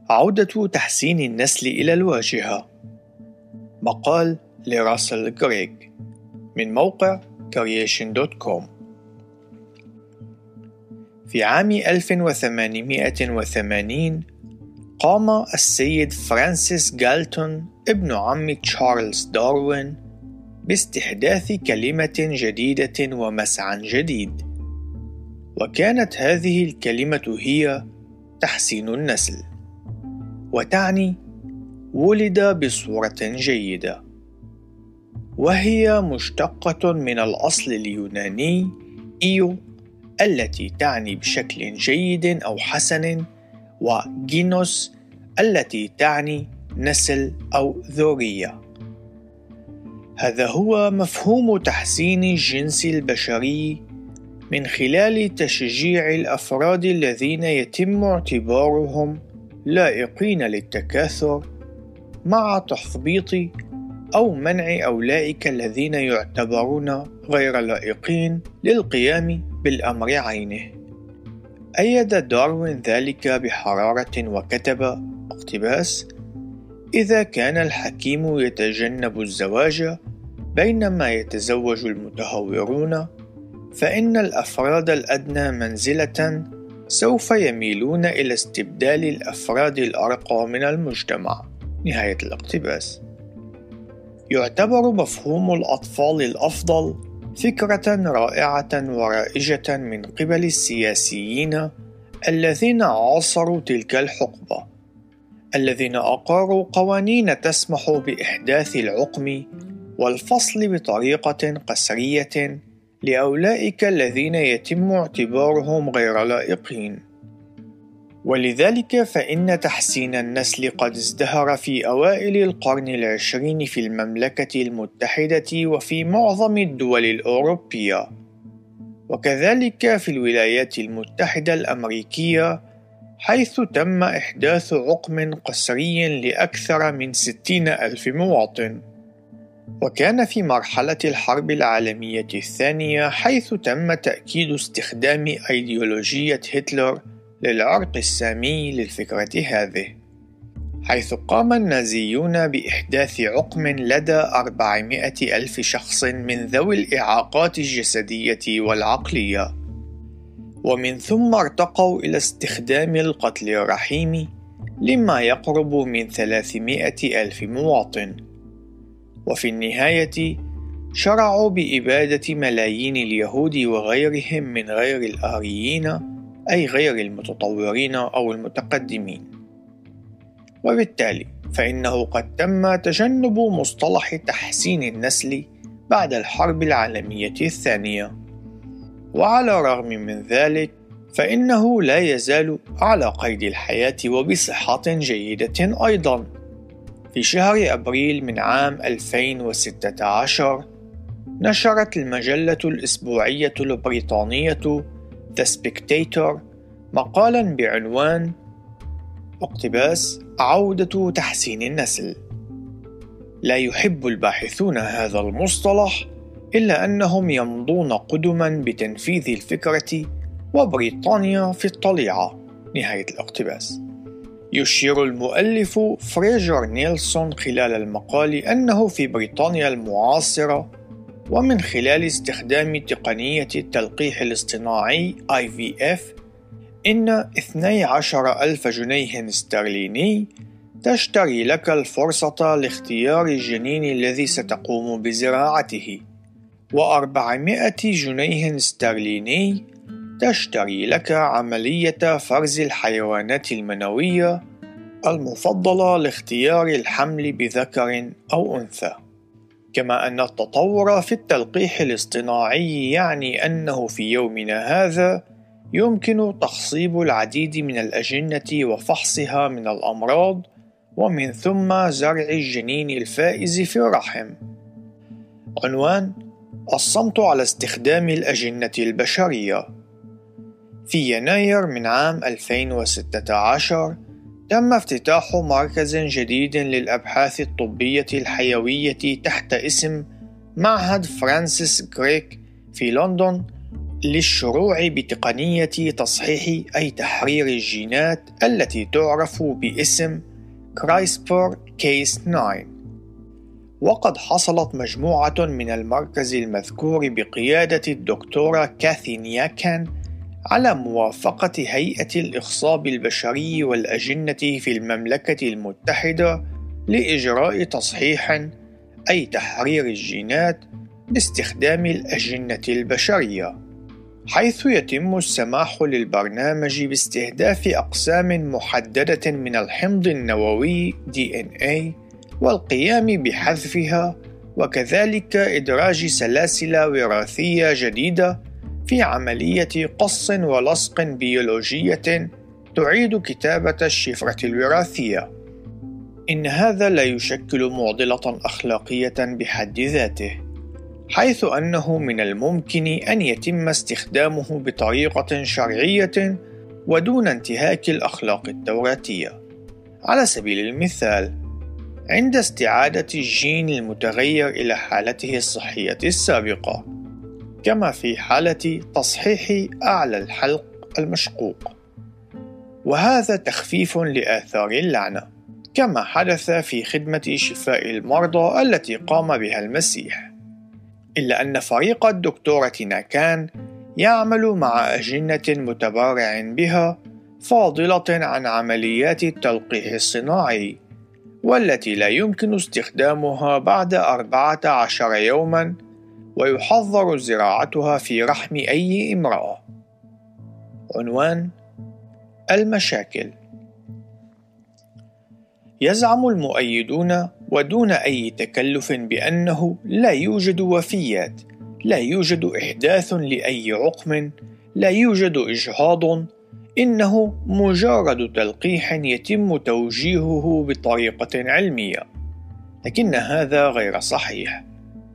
عودة تحسين النسل إلى الواجهة. مقال لراسل غريغ من موقع creation.com. في عام 1880 قام السيد فرانسيس غالتون ابن عم تشارلز داروين باستحداث كلمة جديدة ومسعى جديد، وكانت هذه الكلمة هي تحسين النسل، وتعني ولد بصورة جيدة، وهي مشتقة من الأصل اليوناني إيو التي تعني بشكل جيد أو حسن، وجينوس التي تعني نسل أو ذرية. هذا هو مفهوم تحسين الجنس البشري من خلال تشجيع الأفراد الذين يتم اعتبارهم لائقين للتكاثر مع تثبيط أو منع أولئك الذين يعتبرون غير لائقين للقيام بالأمر عينه. أيد داروين ذلك بحرارة وكتب اقتباس: إذا كان الحكيم يتجنب الزواج بينما يتزوج المتهورون، فإن الأفراد الأدنى منزلة سوف يميلون إلى استبدال الأفراد الأرقى من المجتمع. نهاية الاقتباس. يعتبر مفهوم الأطفال الأفضل فكرة رائعة ورائجة من قبل السياسيين الذين عاصروا تلك الحقبة، الذين أقروا قوانين تسمح بإحداث العقم والفصل بطريقة قسرية لأولئك الذين يتم اعتبارهم غير لائقين. ولذلك فإن تحسين النسل قد ازدهر في أوائل القرن العشرين في المملكة المتحدة وفي معظم الدول الأوروبية، وكذلك في الولايات المتحدة الأمريكية، حيث تم إحداث عقم قسري لأكثر من 60,000 مواطن. وكان في مرحلة الحرب العالمية الثانية حيث تم تأكيد استخدام أيديولوجية هتلر للعرق السامي للفكرة هذه، حيث قام النازيون بإحداث عقم لدى 400,000 شخص من ذوي الإعاقات الجسدية والعقلية، ومن ثم ارتقوا إلى استخدام القتل الرحيم لما يقرب من 300,000 مواطن، وفي النهاية شرعوا بإبادة ملايين اليهود وغيرهم من غير الآريين، أي غير المتطورين أو المتقدمين. وبالتالي فإنه قد تم تجنب مصطلح تحسين النسل بعد الحرب العالمية الثانية. وعلى الرغم من ذلك فإنه لا يزال على قيد الحياة وبصحة جيدة أيضا. في شهر أبريل من عام 2016 نشرت المجلة الأسبوعية البريطانية The Spectator مقالا بعنوان اقتباس: عودة تحسين النسل. لا يحب الباحثون هذا المصطلح إلا أنهم يمضون قدما بتنفيذ الفكرة، وبريطانيا في الطليعة. نهاية الاقتباس. يشير المؤلف فريجر نيلسون خلال المقال أنه في بريطانيا المعاصرة، ومن خلال استخدام تقنية التلقيح الاصطناعي IVF، إن 12,000 جنيه استرليني تشتري لك الفرصة لاختيار الجنين الذي ستقوم بزراعته، و400 جنيه استرليني تشتري لك عملية فرز الحيوانات المنوية المفضلة لاختيار الحمل بذكر أو أنثى. كما أن التطور في التلقيح الاصطناعي يعني أنه في يومنا هذا يمكن تخصيب العديد من الأجنة وفحصها من الأمراض، ومن ثم زرع الجنين الفائز في الرحم. عنوان: الصمت على استخدام الأجنة البشرية. في يناير من عام 2016 تم افتتاح مركز جديد للأبحاث الطبية الحيوية تحت اسم معهد فرانسيس غريغ في لندن، للشروع بتقنية تصحيح أي تحرير الجينات التي تعرف باسم CRISPR Cas9. وقد حصلت مجموعة من المركز المذكور بقيادة الدكتورة كاثي نياكان على موافقة هيئة الإخصاب البشري والأجنة في المملكة المتحدة لإجراء تصحيح أي تحرير الجينات باستخدام الأجنة البشرية، حيث يتم السماح للبرنامج باستهداف أقسام محددة من الحمض النووي DNA والقيام بحذفها، وكذلك إدراج سلاسل وراثية جديدة في عملية قص ولصق بيولوجية تعيد كتابة الشفرة الوراثية. إن هذا لا يشكل معضلة أخلاقية بحد ذاته، حيث أنه من الممكن أن يتم استخدامه بطريقة شرعية ودون انتهاك الأخلاق التوراتية. على سبيل المثال، عند استعادة الجين المتغير إلى حالته الصحية السابقة، كما في حالة تصحيح أعلى الحلق المشقوق، وهذا تخفيف لآثار اللعنة، كما حدث في خدمة شفاء المرضى التي قام بها المسيح. إلا أن فريق الدكتورة ناكان يعمل مع أجنة متبرع بها فاضلة عن عمليات التلقيح الصناعي، والتي لا يمكن استخدامها بعد 14 يوما، ويحظر زراعتها في رحم أي امرأة. عنوان: المشاكل. يزعم المؤيدون ودون أي تكلف بأنه لا يوجد وفيات، لا يوجد إحداث لأي عقم، لا يوجد إجهاض، إنه مجرد تلقيح يتم توجيهه بطريقة علمية. لكن هذا غير صحيح.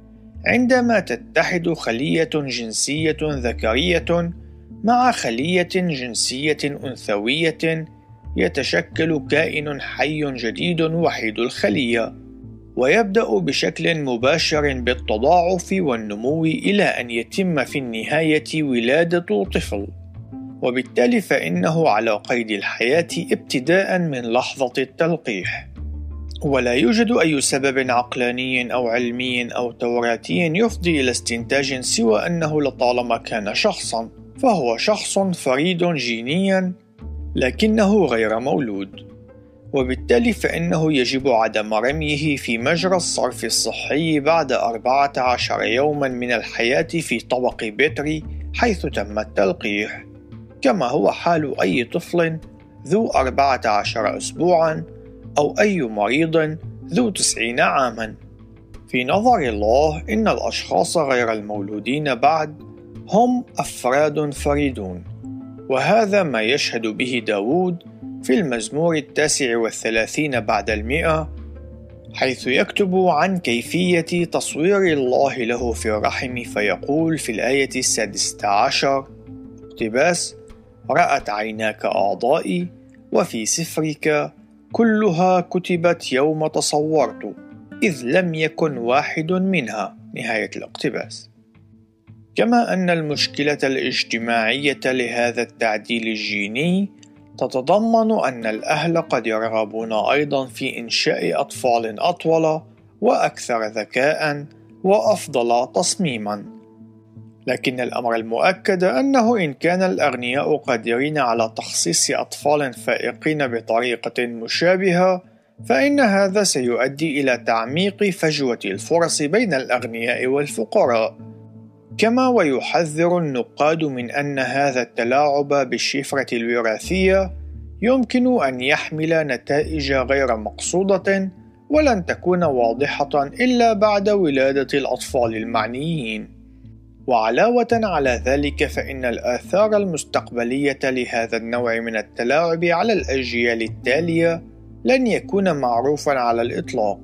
عندما تتحد خلية جنسية ذكرية مع خلية جنسية أنثوية، يتشكل كائن حي جديد وحيد الخلية، ويبدأ بشكل مباشر بالتضاعف والنمو إلى أن يتم في النهاية ولادة طفل، وبالتالي فإنه على قيد الحياة ابتداء من لحظة التلقيح. ولا يوجد أي سبب عقلاني أو علمي أو توراتي يفضي إلى استنتاج سوى أنه لطالما كان شخصا، فهو شخص فريد جينيا لكنه غير مولود، وبالتالي فإنه يجب عدم رميه في مجرى الصرف الصحي بعد 14 يوما من الحياة في طبق بيتري حيث تم التلقيح، كما هو حال أي طفل ذو 14 أسبوعا أو أي مريض ذو 90 عاما. في نظر الله، إن الأشخاص غير المولودين بعد هم أفراد فريدون، وهذا ما يشهد به داود في المزمور 39 بعد 100، حيث يكتب عن كيفية تصوير الله له في الرحم، فيقول في الآية 16: اقتباس: رأت عيناك أعضائي، وفي سفرك كلها كتبت يوم تصورت، إذ لم يكن واحد منها. نهاية الاقتباس. كما أن المشكلة الاجتماعية لهذا التعديل الجيني تتضمن أن الأهل قد يرغبون أيضا في إنشاء أطفال أطول وأكثر ذكاء وأفضل تصميما، لكن الأمر المؤكد أنه إن كان الأغنياء قادرين على تخصيص أطفال فائقين بطريقة مشابهة، فإن هذا سيؤدي إلى تعميق فجوة الفرص بين الأغنياء والفقراء. كما ويحذر النقاد من أن هذا التلاعب بالشفرة الوراثية يمكن أن يحمل نتائج غير مقصودة ولن تكون واضحة إلا بعد ولادة الأطفال المعنيين. وعلاوة على ذلك، فإن الآثار المستقبلية لهذا النوع من التلاعب على الأجيال التالية لن يكون معروفا على الإطلاق.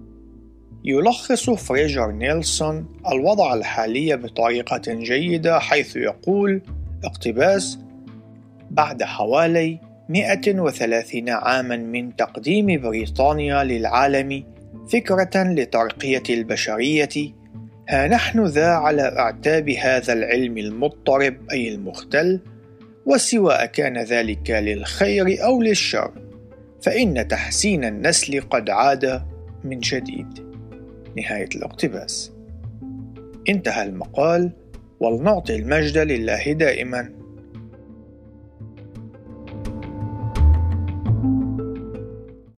يلخص فريجر نيلسون الوضع الحالي بطريقة جيدة حيث يقول: اقتباس: بعد حوالي 130 عاما من تقديم بريطانيا للعالم فكرة لترقية البشرية، ها نحن ذا على أعتاب هذا العلم المضطرب أي المختل، وسواء كان ذلك للخير أو للشر، فإن تحسين النسل قد عاد من جديد. نهاية الاقتباس. انتهى المقال، ولنعطي المجد لله دائما.